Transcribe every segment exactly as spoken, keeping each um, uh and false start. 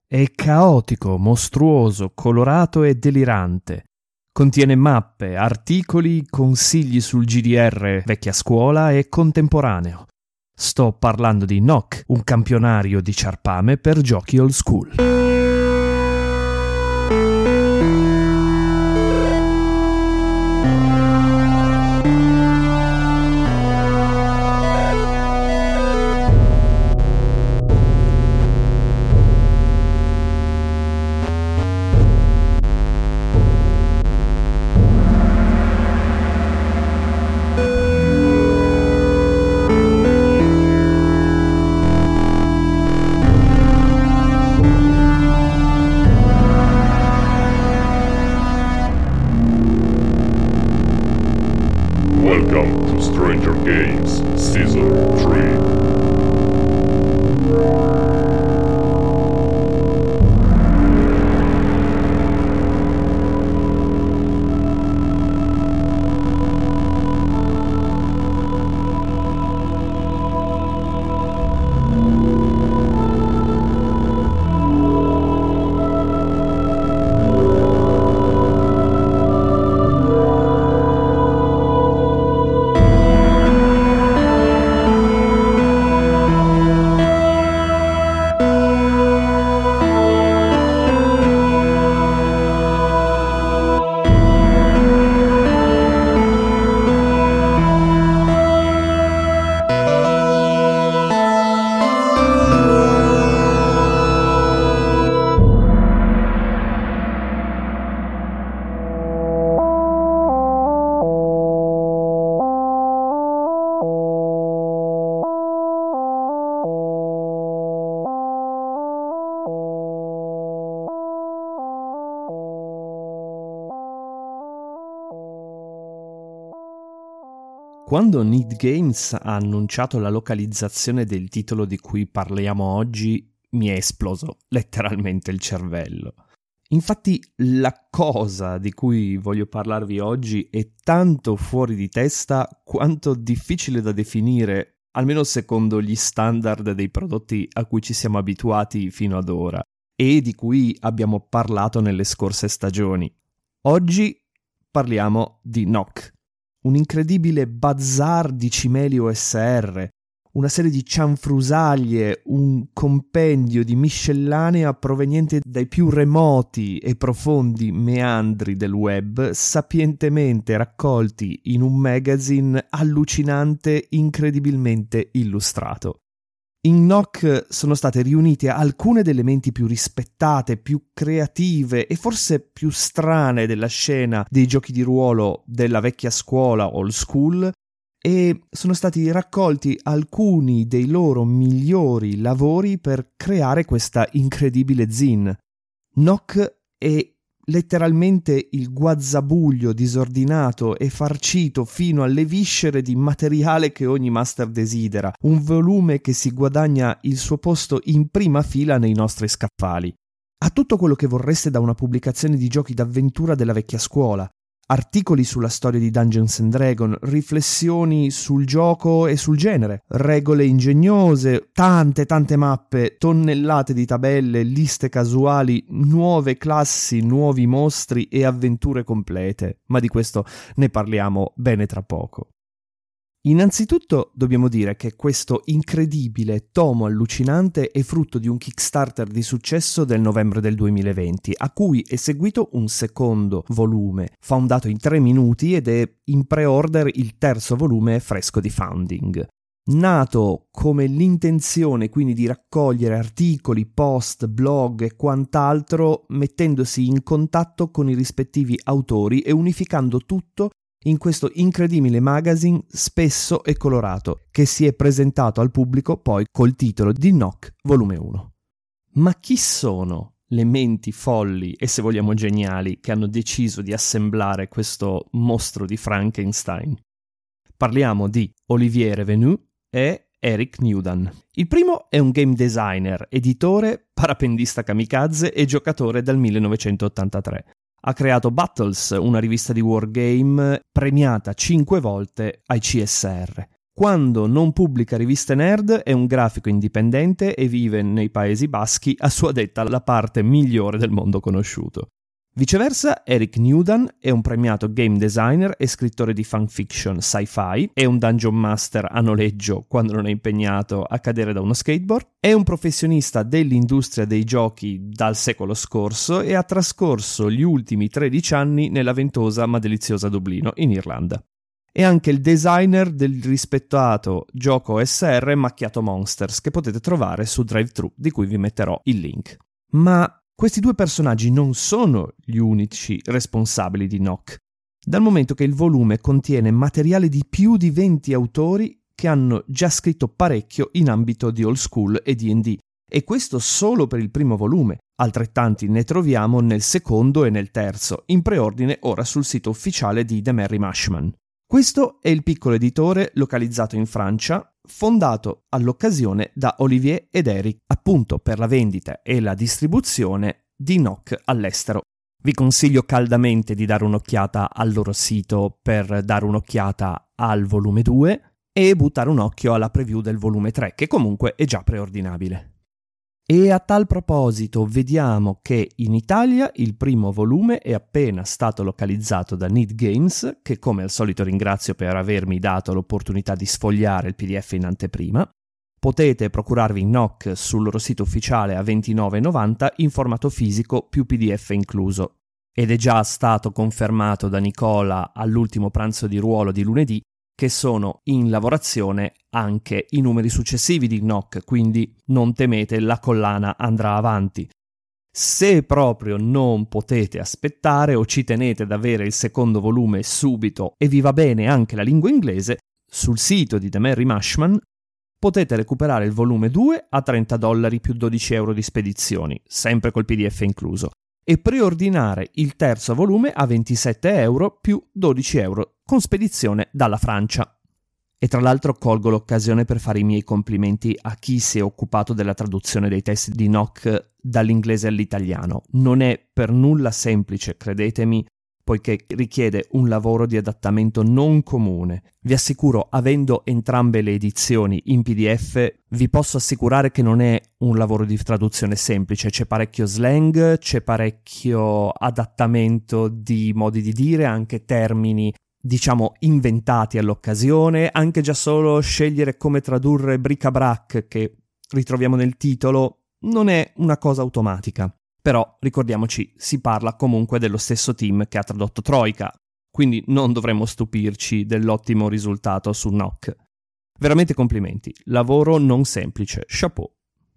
È caotico, mostruoso, colorato e delirante. Contiene mappe, articoli, consigli sul G D R vecchia scuola e contemporaneo. Sto parlando di Nock, un campionario di ciarpame per giochi old school. Welcome to Stranger Games Season three. Quando Need Games ha annunciato la localizzazione del titolo di cui parliamo oggi, mi è esploso letteralmente il cervello. Infatti la cosa di cui voglio parlarvi oggi è tanto fuori di testa quanto difficile da definire, almeno secondo gli standard dei prodotti a cui ci siamo abituati fino ad ora e di cui abbiamo parlato nelle scorse stagioni. Oggi parliamo di Nock. Un incredibile bazar di cimeli O S R, una serie di cianfrusaglie, un compendio di miscellanea proveniente dai più remoti e profondi meandri del web, sapientemente raccolti in un magazine allucinante, incredibilmente illustrato. In Nock sono state riunite alcune delle menti più rispettate, più creative e forse più strane della scena dei giochi di ruolo della vecchia scuola old school e sono stati raccolti alcuni dei loro migliori lavori per creare questa incredibile zine. Nock è letteralmente il guazzabuglio disordinato e farcito fino alle viscere di materiale che ogni master desidera, un volume che si guadagna il suo posto in prima fila nei nostri scaffali. Ha tutto quello che vorreste da una pubblicazione di giochi d'avventura della vecchia scuola. Articoli sulla storia di Dungeons and Dragons, riflessioni sul gioco e sul genere, regole ingegnose, tante tante mappe, tonnellate di tabelle, liste casuali, nuove classi, nuovi mostri e avventure complete, ma di questo ne parliamo bene tra poco. Innanzitutto dobbiamo dire che questo incredibile tomo allucinante è frutto di un Kickstarter di successo del novembre del duemilaventi, a cui è seguito un secondo volume, foundato in tre minuti ed è in pre-order il terzo volume fresco di founding. Nato come l'intenzione quindi di raccogliere articoli, post, blog e quant'altro, mettendosi in contatto con i rispettivi autori e unificando tutto in questo incredibile magazine spesso e colorato che si è presentato al pubblico poi col titolo di Nock volume uno. Ma chi sono le menti folli e se vogliamo geniali che hanno deciso di assemblare questo mostro di Frankenstein? Parliamo di Olivier Revenu e Eric Newdan. Il primo è un game designer, editore, parapendista kamikaze e giocatore dal millenovecentottantatré. Ha creato Battles, una rivista di wargame premiata cinque volte ai C S R. Quando non pubblica riviste nerd è un grafico indipendente e vive nei Paesi Baschi, a sua detta la parte migliore del mondo conosciuto. Viceversa, Eric Newdan è un premiato game designer e scrittore di fanfiction sci-fi, è un dungeon master a noleggio quando non è impegnato a cadere da uno skateboard, è un professionista dell'industria dei giochi dal secolo scorso e ha trascorso gli ultimi tredici anni nella ventosa ma deliziosa Dublino, in Irlanda. È anche il designer del rispettato gioco O S R Macchiato Monsters, che potete trovare su DriveThru, di cui vi metterò il link. Ma questi due personaggi non sono gli unici responsabili di Nock, dal momento che il volume contiene materiale di più di venti autori che hanno già scritto parecchio in ambito di old school e D and D, e questo solo per il primo volume. Altrettanti ne troviamo nel secondo e nel terzo, in preordine ora sul sito ufficiale di The Merry Mushman. Questo è il piccolo editore localizzato in Francia, fondato all'occasione da Olivier ed Eric, appunto per la vendita e la distribuzione di Nock all'estero. Vi consiglio caldamente di dare un'occhiata al loro sito per dare un'occhiata al volume due e buttare un occhio alla preview del volume tre, che comunque è già preordinabile. E a tal proposito vediamo che in Italia il primo volume è appena stato localizzato da Need Games, che come al solito ringrazio per avermi dato l'opportunità di sfogliare il P D F in anteprima. Potete procurarvi Nock sul loro sito ufficiale a ventinove e novanta in formato fisico più P D F incluso. Ed è già stato confermato da Nicola all'ultimo pranzo di ruolo di lunedì che sono in lavorazione anche i numeri successivi di Nock, quindi non temete, la collana andrà avanti. Se proprio non potete aspettare o ci tenete ad avere il secondo volume subito e vi va bene anche la lingua inglese, sul sito di The Merry Mushman potete recuperare il volume due a trenta dollari più dodici euro di spedizioni, sempre col P D F incluso, e preordinare il terzo volume a ventisette euro più dodici euro con spedizione dalla Francia. E tra l'altro colgo l'occasione per fare i miei complimenti a chi si è occupato della traduzione dei testi di Nock dall'inglese all'italiano. Non è per nulla semplice, credetemi, poiché richiede un lavoro di adattamento non comune. Vi assicuro, avendo entrambe le edizioni in P D F, vi posso assicurare che non è un lavoro di traduzione semplice. C'è parecchio slang, c'è parecchio adattamento di modi di dire, anche termini diciamo inventati all'occasione, anche già solo scegliere come tradurre bric-a-brac, che ritroviamo nel titolo, non è una cosa automatica. Però ricordiamoci, si parla comunque dello stesso team che ha tradotto Troika, quindi non dovremmo stupirci dell'ottimo risultato su Nock. Veramente complimenti, lavoro non semplice, chapeau.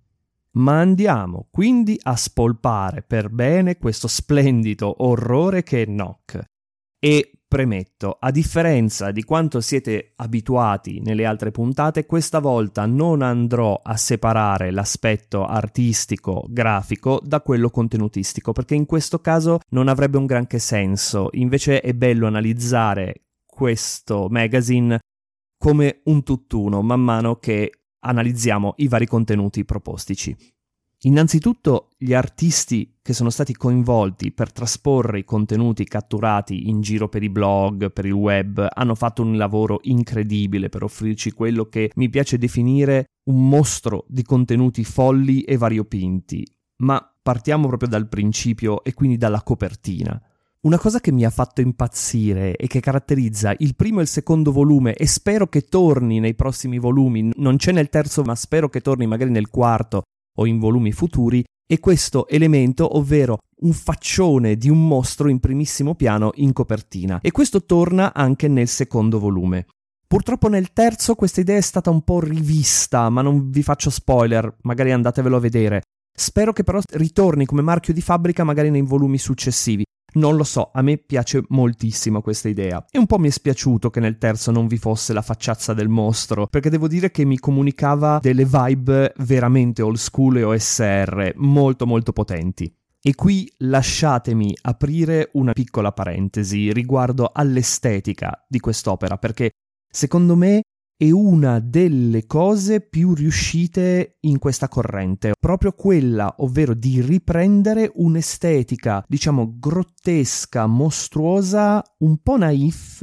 Ma andiamo quindi a spolpare per bene questo splendido orrore che è Nock. E premetto, a differenza di quanto siete abituati nelle altre puntate, questa volta non andrò a separare l'aspetto artistico, grafico, da quello contenutistico, perché in questo caso non avrebbe un granché senso. Invece è bello analizzare questo magazine come un tutt'uno, man mano che analizziamo i vari contenuti propostici. Innanzitutto gli artisti che sono stati coinvolti per trasporre i contenuti catturati in giro per i blog, per il web, hanno fatto un lavoro incredibile per offrirci quello che mi piace definire un mostro di contenuti folli e variopinti. Ma partiamo proprio dal principio e quindi dalla copertina. Una cosa che mi ha fatto impazzire e che caratterizza il primo e il secondo volume, e spero che torni nei prossimi volumi, non c'è nel terzo ma spero che torni magari nel quarto o in volumi futuri, è questo elemento, ovvero un faccione di un mostro in primissimo piano in copertina, e questo torna anche nel secondo volume. Purtroppo nel terzo questa idea è stata un po' rivista, ma non vi faccio spoiler, magari andatevelo a vedere. Spero che però ritorni come marchio di fabbrica magari nei volumi successivi. Non lo so, a me piace moltissimo questa idea. E un po' mi è spiaciuto che nel terzo non vi fosse la facciazza del mostro, perché devo dire che mi comunicava delle vibe veramente old school e O S R, molto molto potenti. E qui lasciatemi aprire una piccola parentesi riguardo all'estetica di quest'opera, perché secondo me è una delle cose più riuscite in questa corrente, proprio quella, ovvero di riprendere un'estetica, diciamo, grottesca, mostruosa, un po' naif,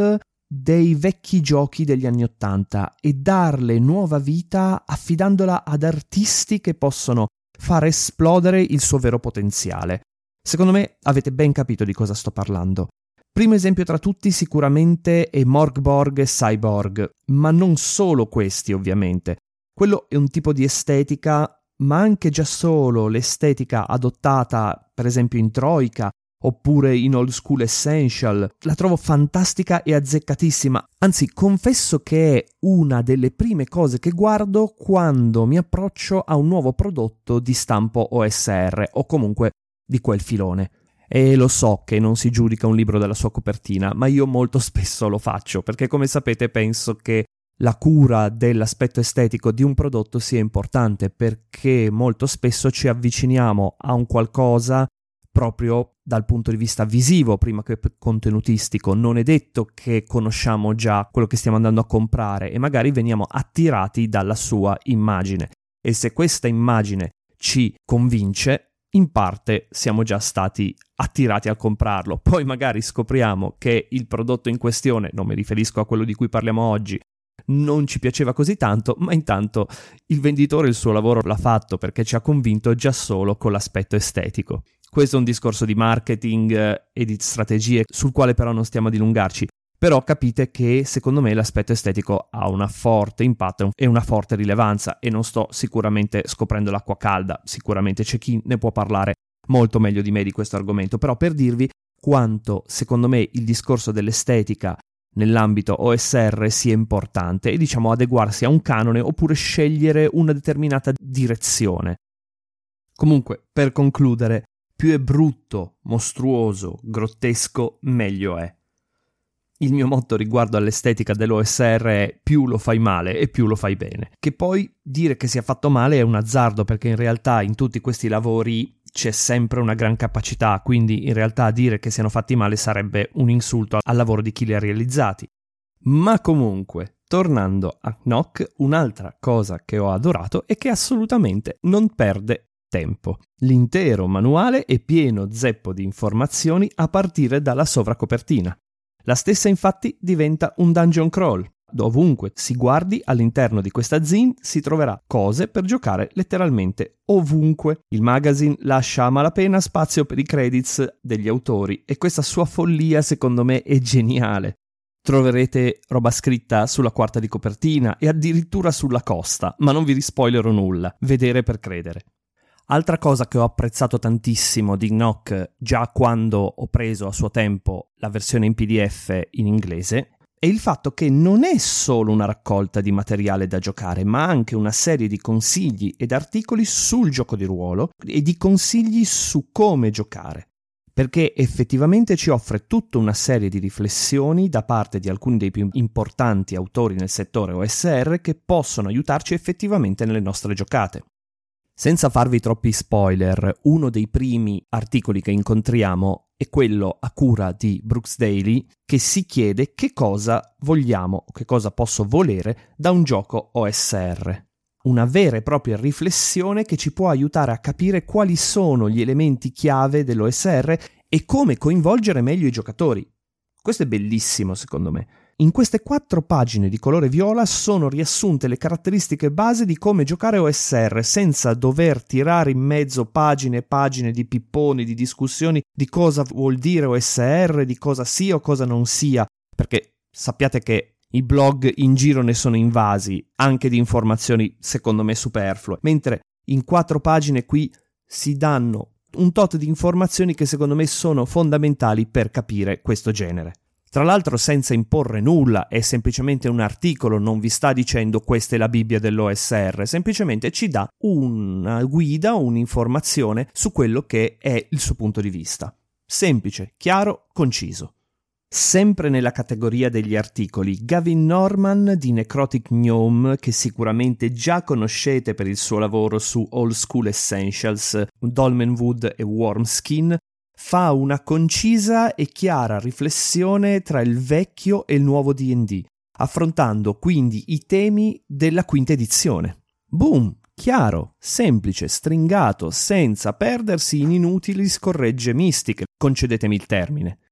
dei vecchi giochi degli anni ottanta e darle nuova vita affidandola ad artisti che possono far esplodere il suo vero potenziale. Secondo me avete ben capito di cosa sto parlando. Primo esempio tra tutti sicuramente è Morgborg e Cyborg, ma non solo questi ovviamente. Quello è un tipo di estetica, ma anche già solo l'estetica adottata per esempio in Troika oppure in Old School Essential, la trovo fantastica e azzeccatissima. Anzi, confesso che è una delle prime cose che guardo quando mi approccio a un nuovo prodotto di stampo O S R o comunque di quel filone. E lo so che non si giudica un libro dalla sua copertina, ma io molto spesso lo faccio, perché come sapete penso che la cura dell'aspetto estetico di un prodotto sia importante, perché molto spesso ci avviciniamo a un qualcosa proprio dal punto di vista visivo prima che contenutistico. Non è detto che conosciamo già quello che stiamo andando a comprare e magari veniamo attirati dalla sua immagine, e se questa immagine ci convince, in parte siamo già stati attirati a comprarlo. Poi magari scopriamo che il prodotto in questione, non mi riferisco a quello di cui parliamo oggi, non ci piaceva così tanto, ma intanto il venditore il suo lavoro l'ha fatto, perché ci ha convinto già solo con l'aspetto estetico. Questo è un discorso di marketing e di strategie sul quale però non stiamo a dilungarci. Però capite che secondo me l'aspetto estetico ha un forte impatto e una forte rilevanza, e non sto sicuramente scoprendo l'acqua calda, sicuramente c'è chi ne può parlare molto meglio di me di questo argomento, però per dirvi quanto secondo me il discorso dell'estetica nell'ambito O S R sia importante e diciamo adeguarsi a un canone oppure scegliere una determinata direzione. Comunque, per concludere, più è brutto, mostruoso, grottesco, meglio è. Il mio motto riguardo all'estetica dell'O S R è: più lo fai male e più lo fai bene. Che poi dire che sia fatto male è un azzardo, perché in realtà in tutti questi lavori c'è sempre una gran capacità, quindi in realtà dire che siano fatti male sarebbe un insulto al lavoro di chi li ha realizzati. Ma comunque, tornando a Knock, un'altra cosa che ho adorato è che assolutamente non perde tempo. L'intero manuale è pieno zeppo di informazioni a partire dalla sovracopertina. La stessa infatti diventa un dungeon crawl. Dovunque si guardi all'interno di questa zine si troverà cose per giocare letteralmente ovunque. Il magazine lascia a malapena spazio per i credits degli autori e questa sua follia secondo me è geniale. Troverete roba scritta sulla quarta di copertina e addirittura sulla costa, ma non vi rispoilerò nulla, vedere per credere. Altra cosa che ho apprezzato tantissimo di Knock già quando ho preso a suo tempo la versione in P D F in inglese è il fatto che non è solo una raccolta di materiale da giocare, ma anche una serie di consigli ed articoli sul gioco di ruolo e di consigli su come giocare, perché effettivamente ci offre tutta una serie di riflessioni da parte di alcuni dei più importanti autori nel settore O S R che possono aiutarci effettivamente nelle nostre giocate. Senza farvi troppi spoiler, uno dei primi articoli che incontriamo è quello a cura di Brooks Daly, che si chiede che cosa vogliamo, che cosa posso volere da un gioco O S R. Una vera e propria riflessione che ci può aiutare a capire quali sono gli elementi chiave dell'O S R e come coinvolgere meglio i giocatori. Questo è bellissimo secondo me. In queste quattro pagine di colore viola sono riassunte le caratteristiche base di come giocare O S R senza dover tirare in mezzo pagine e pagine di pipponi, di discussioni di cosa vuol dire O S R, di cosa sia o cosa non sia, perché sappiate che i blog in giro ne sono invasi anche di informazioni secondo me superflue, mentre in quattro pagine qui si danno un tot di informazioni che secondo me sono fondamentali per capire questo genere. Tra l'altro senza imporre nulla, è semplicemente un articolo, non vi sta dicendo questa è la Bibbia dell'O S R, semplicemente ci dà una guida, un'informazione su quello che è il suo punto di vista. Semplice, chiaro, conciso. Sempre nella categoria degli articoli, Gavin Norman di Necrotic Gnome, che sicuramente già conoscete per il suo lavoro su Old School Essentials, Dolmenwood e Wormskin, fa una concisa e chiara riflessione tra il vecchio e il nuovo D and D, affrontando quindi i temi della quinta edizione. Boom! Chiaro, semplice, stringato, senza perdersi in inutili scorregge mistiche, concedetemi il termine.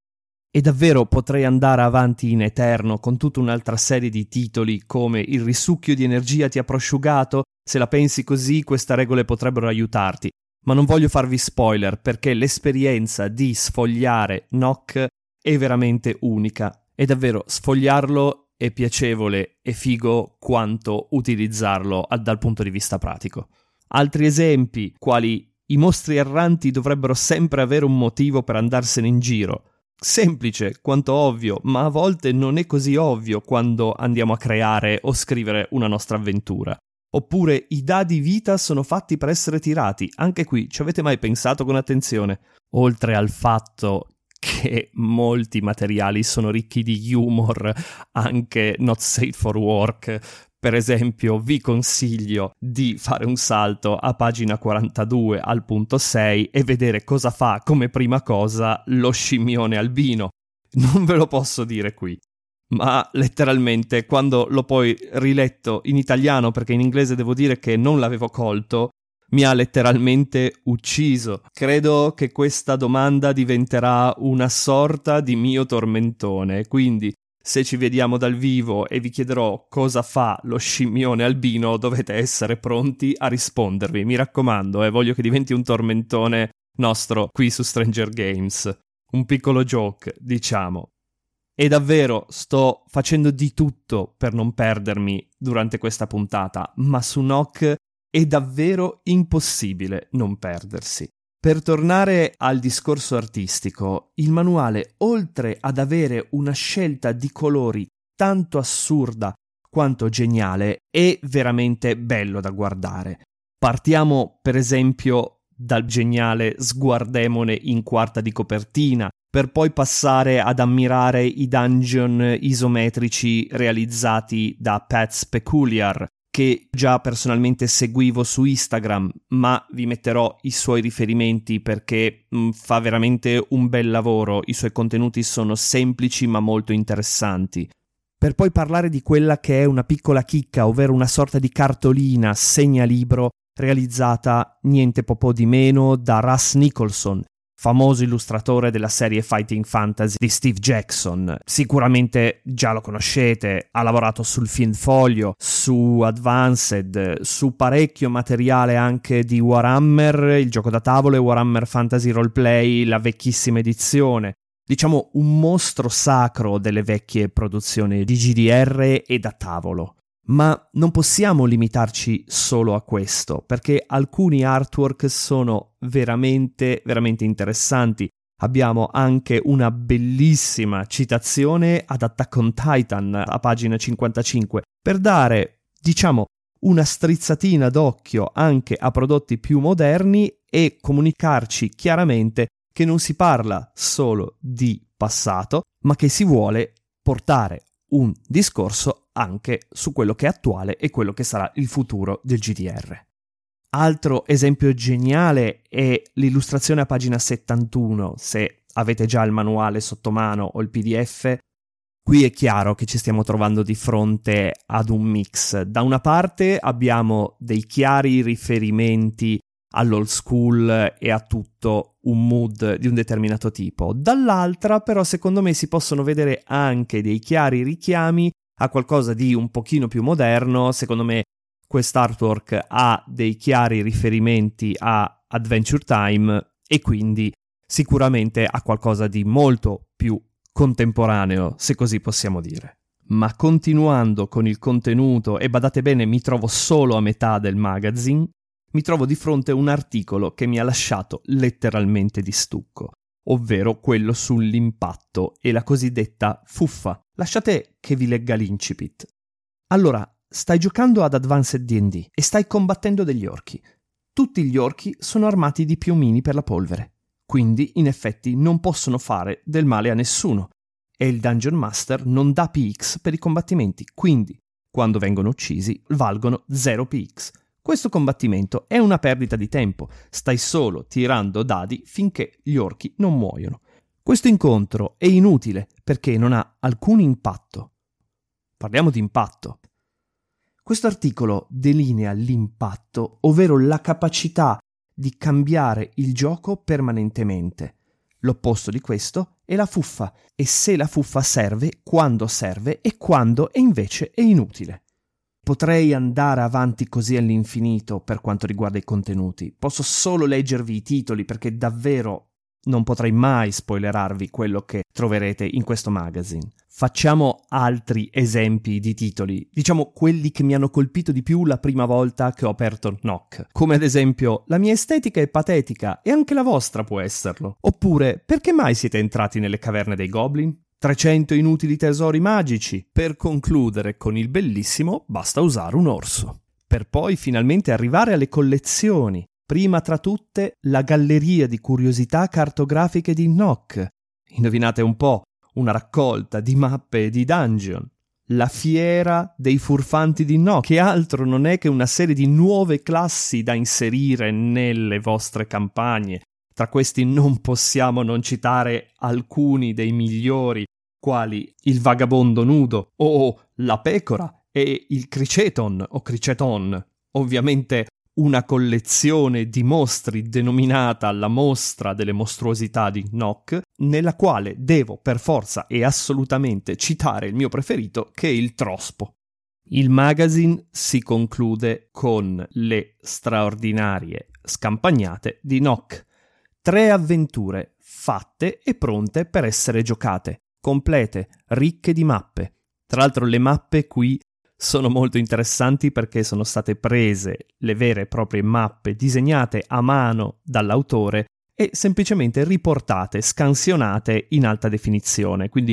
E davvero potrei andare avanti in eterno con tutta un'altra serie di titoli come Il risucchio di energia ti ha prosciugato, se la pensi così queste regole potrebbero aiutarti, ma non voglio farvi spoiler perché l'esperienza di sfogliare Nock è veramente unica e davvero sfogliarlo è piacevole e figo quanto utilizzarlo dal punto di vista pratico. Altri esempi, quali i mostri erranti dovrebbero sempre avere un motivo per andarsene in giro. Semplice quanto ovvio, ma a volte non è così ovvio quando andiamo a creare o scrivere una nostra avventura. Oppure i dadi vita sono fatti per essere tirati. Anche qui ci avete mai pensato con attenzione? Oltre al fatto che molti materiali sono ricchi di humor, anche not safe for work. Per esempio, vi consiglio di fare un salto a pagina quarantadue al punto sei e vedere cosa fa come prima cosa lo scimmione albino. Non ve lo posso dire qui, ma letteralmente quando l'ho poi riletto in italiano, perché in inglese devo dire che non l'avevo colto, mi ha letteralmente ucciso. Credo che questa domanda diventerà una sorta di mio tormentone, quindi se ci vediamo dal vivo e vi chiederò cosa fa lo scimmione albino, dovete essere pronti a rispondervi. Mi raccomando, eh, voglio che diventi un tormentone nostro qui su Stranger Games. Un piccolo joke, diciamo. E davvero sto facendo di tutto per non perdermi durante questa puntata, ma su Nock è davvero impossibile non perdersi. Per tornare al discorso artistico, il manuale, oltre ad avere una scelta di colori tanto assurda quanto geniale, è veramente bello da guardare. Partiamo, per esempio, dal geniale sguardemone in quarta di copertina, per poi passare ad ammirare i dungeon isometrici realizzati da Pat's Peculiar, che già personalmente seguivo su Instagram, ma vi metterò i suoi riferimenti perché mh, fa veramente un bel lavoro, i suoi contenuti sono semplici ma molto interessanti. Per poi parlare di quella che è una piccola chicca, ovvero una sorta di cartolina segnalibro realizzata niente po' po' di meno da Russ Nicholson, famoso illustratore della serie Fighting Fantasy di Steve Jackson. Sicuramente già lo conoscete, ha lavorato sul film Folio, su Advanced, su parecchio materiale anche di Warhammer, il gioco da tavolo e Warhammer Fantasy Roleplay, la vecchissima edizione. Diciamo un mostro sacro delle vecchie produzioni di G D R e da tavolo. Ma non possiamo limitarci solo a questo, perché alcuni artwork sono veramente, veramente interessanti. Abbiamo anche una bellissima citazione ad Attack on Titan, a pagina cinquantacinque, per dare, diciamo, una strizzatina d'occhio anche a prodotti più moderni e comunicarci chiaramente che non si parla solo di passato, ma che si vuole portare un discorso anche su quello che è attuale e quello che sarà il futuro del G D R. Altro esempio geniale è l'illustrazione a pagina settantuno, se avete già il manuale sotto mano o il P D F. Qui è chiaro che ci stiamo trovando di fronte ad un mix. Da una parte abbiamo dei chiari riferimenti all'old school e a tutto un mood di un determinato tipo. Dall'altra però secondo me si possono vedere anche dei chiari richiami a qualcosa di un pochino più moderno. Secondo me quest'artwork ha dei chiari riferimenti a Adventure Time e quindi sicuramente a qualcosa di molto più contemporaneo, se così possiamo dire. Ma continuando con il contenuto, e badate bene, mi trovo solo a metà del magazine, mi trovo di fronte a un articolo che mi ha lasciato letteralmente di stucco, ovvero quello sull'impatto e la cosiddetta fuffa. Lasciate che vi legga l'incipit. Allora, stai giocando ad Advanced D and D e stai combattendo degli orchi. Tutti gli orchi sono armati di piumini per la polvere, quindi in effetti non possono fare del male a nessuno e il Dungeon Master non dà P X per i combattimenti, quindi quando vengono uccisi valgono zero P X. Questo combattimento è una perdita di tempo, stai solo tirando dadi finché gli orchi non muoiono. Questo incontro è inutile perché non ha alcun impatto. Parliamo di impatto. Questo articolo delinea l'impatto, ovvero la capacità di cambiare il gioco permanentemente. L'opposto di questo è la fuffa, e se la fuffa serve, quando serve e quando è invece è inutile. Potrei andare avanti così all'infinito per quanto riguarda i contenuti. Posso solo leggervi i titoli perché davvero non potrei mai spoilerarvi quello che troverete in questo magazine. Facciamo altri esempi di titoli, diciamo quelli che mi hanno colpito di più la prima volta che ho aperto Nock, come ad esempio La mia estetica è patetica e anche la vostra può esserlo. Oppure Perché mai siete entrati nelle caverne dei Goblin? trecento inutili tesori magici, per concludere con il bellissimo Basta usare un orso. Per poi finalmente arrivare alle collezioni, prima tra tutte la galleria di curiosità cartografiche di Nock. Indovinate un po', una raccolta di mappe e di dungeon. La fiera dei furfanti di Nock, che altro non è che una serie di nuove classi da inserire nelle vostre campagne. Tra questi non possiamo non citare alcuni dei migliori, quali il vagabondo nudo o la pecora e il criceton o criceton. Ovviamente una collezione di mostri denominata la mostra delle mostruosità di Nock, nella quale devo per forza e assolutamente citare il mio preferito, che è il Trospo. Il magazine si conclude con le straordinarie scampagnate di Nock. Tre avventure fatte e pronte per essere giocate, complete, ricche di mappe. Tra l'altro le mappe qui sono molto interessanti perché sono state prese le vere e proprie mappe disegnate a mano dall'autore e semplicemente riportate, scansionate in alta definizione. Quindi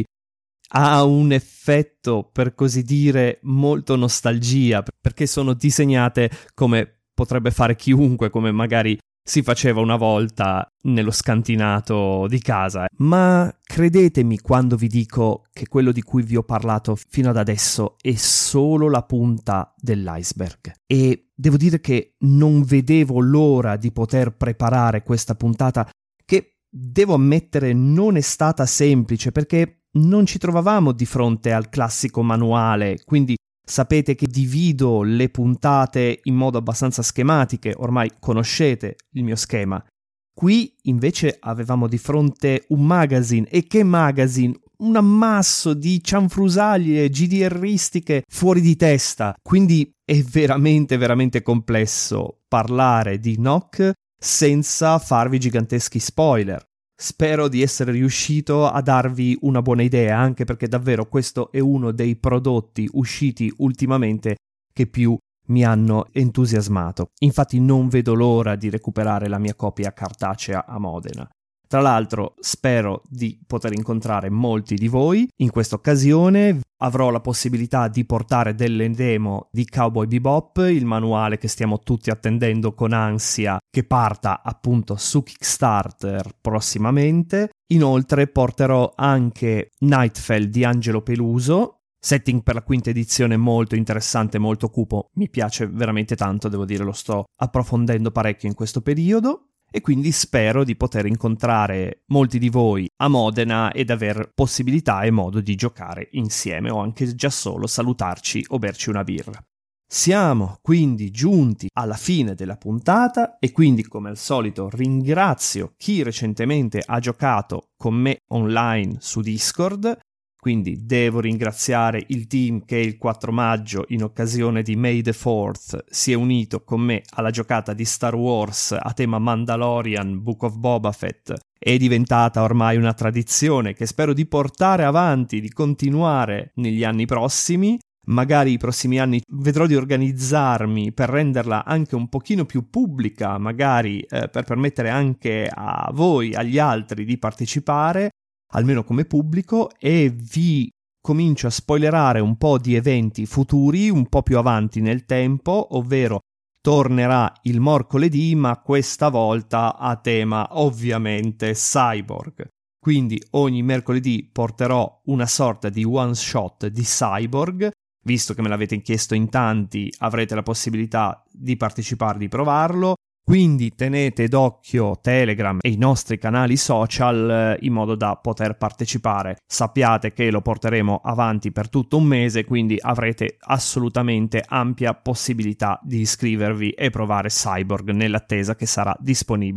ha un effetto, per così dire, molto nostalgia, perché sono disegnate come potrebbe fare chiunque, come magari si faceva una volta nello scantinato di casa. Ma credetemi quando vi dico che quello di cui vi ho parlato fino ad adesso è solo la punta dell'iceberg. E devo dire che non vedevo l'ora di poter preparare questa puntata, che devo ammettere non è stata semplice, perché non ci trovavamo di fronte al classico manuale, quindi sapete che divido le puntate in modo abbastanza schematiche, ormai conoscete il mio schema. Qui invece avevamo di fronte un magazine, e che magazine! Un ammasso di cianfrusaglie G D R-istiche fuori di testa, quindi è veramente veramente complesso parlare di Nock senza farvi giganteschi spoiler. Spero di essere riuscito a darvi una buona idea, anche perché davvero questo è uno dei prodotti usciti ultimamente che più mi hanno entusiasmato. Infatti non vedo l'ora di recuperare la mia copia cartacea a Modena. Tra l'altro spero di poter incontrare molti di voi. In questa occasione avrò la possibilità di portare delle demo di Cowboy Bebop, il manuale che stiamo tutti attendendo con ansia che parta appunto su Kickstarter prossimamente. Inoltre porterò anche Nightfell di Angelo Peluso, setting per la quinta edizione molto interessante, molto cupo, mi piace veramente tanto, devo dire, lo sto approfondendo parecchio in questo periodo. E quindi spero di poter incontrare molti di voi a Modena ed aver possibilità e modo di giocare insieme o anche già solo salutarci o berci una birra. Siamo quindi giunti alla fine della puntata e quindi, come al solito, ringrazio chi recentemente ha giocato con me online su Discord. Quindi devo ringraziare il team che il quattro maggio, in occasione di May the fourth, si è unito con me alla giocata di Star Wars a tema Mandalorian Book of Boba Fett. È diventata ormai una tradizione che spero di portare avanti, di continuare negli anni prossimi. Magari i prossimi anni vedrò di organizzarmi per renderla anche un pochino più pubblica, magari eh, per permettere anche a voi, agli altri, di partecipare, almeno come pubblico, e vi comincio a spoilerare un po' di eventi futuri un po' più avanti nel tempo, ovvero tornerà il mercoledì, ma questa volta a tema ovviamente cyborg. Quindi ogni mercoledì porterò una sorta di one shot di cyborg. Visto che me l'avete chiesto in tanti, avrete la possibilità di partecipare, di provarlo. Quindi tenete d'occhio Telegram e i nostri canali social in modo da poter partecipare. Sappiate che lo porteremo avanti per tutto un mese, quindi avrete assolutamente ampia possibilità di iscrivervi e provare Cyborg nell'attesa che sarà disponibile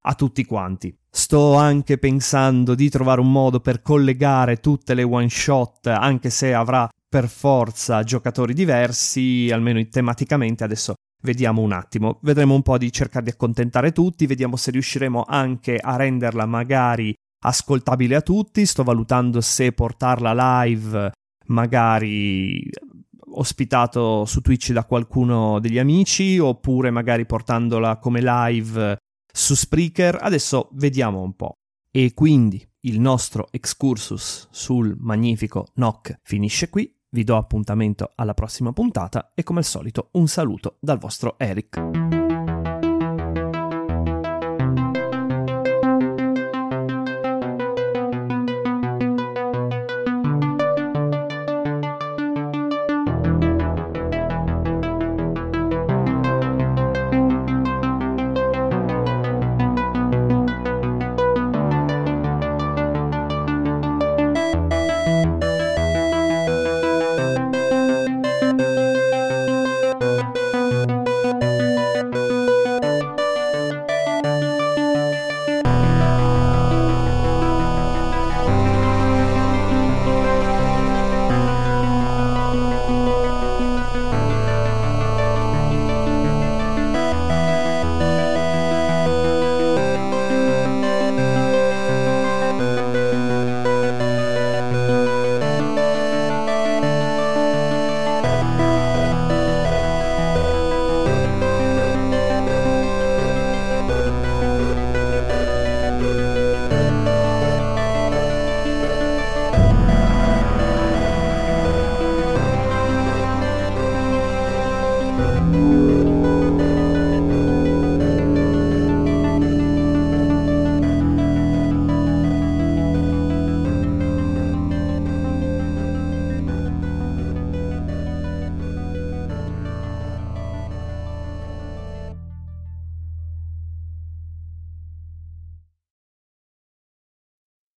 a tutti quanti. Sto anche pensando di trovare un modo per collegare tutte le one shot, anche se avrà per forza giocatori diversi, almeno tematicamente. Adesso vediamo un attimo, vedremo un po' di cercare di accontentare tutti, vediamo se riusciremo anche a renderla magari ascoltabile a tutti. Sto valutando se portarla live, magari ospitato su Twitch da qualcuno degli amici, oppure magari portandola come live su Spreaker. Adesso vediamo un po'. E quindi il nostro excursus sul magnifico Nock finisce qui. Vi do appuntamento alla prossima puntata e come al solito un saluto dal vostro Eric.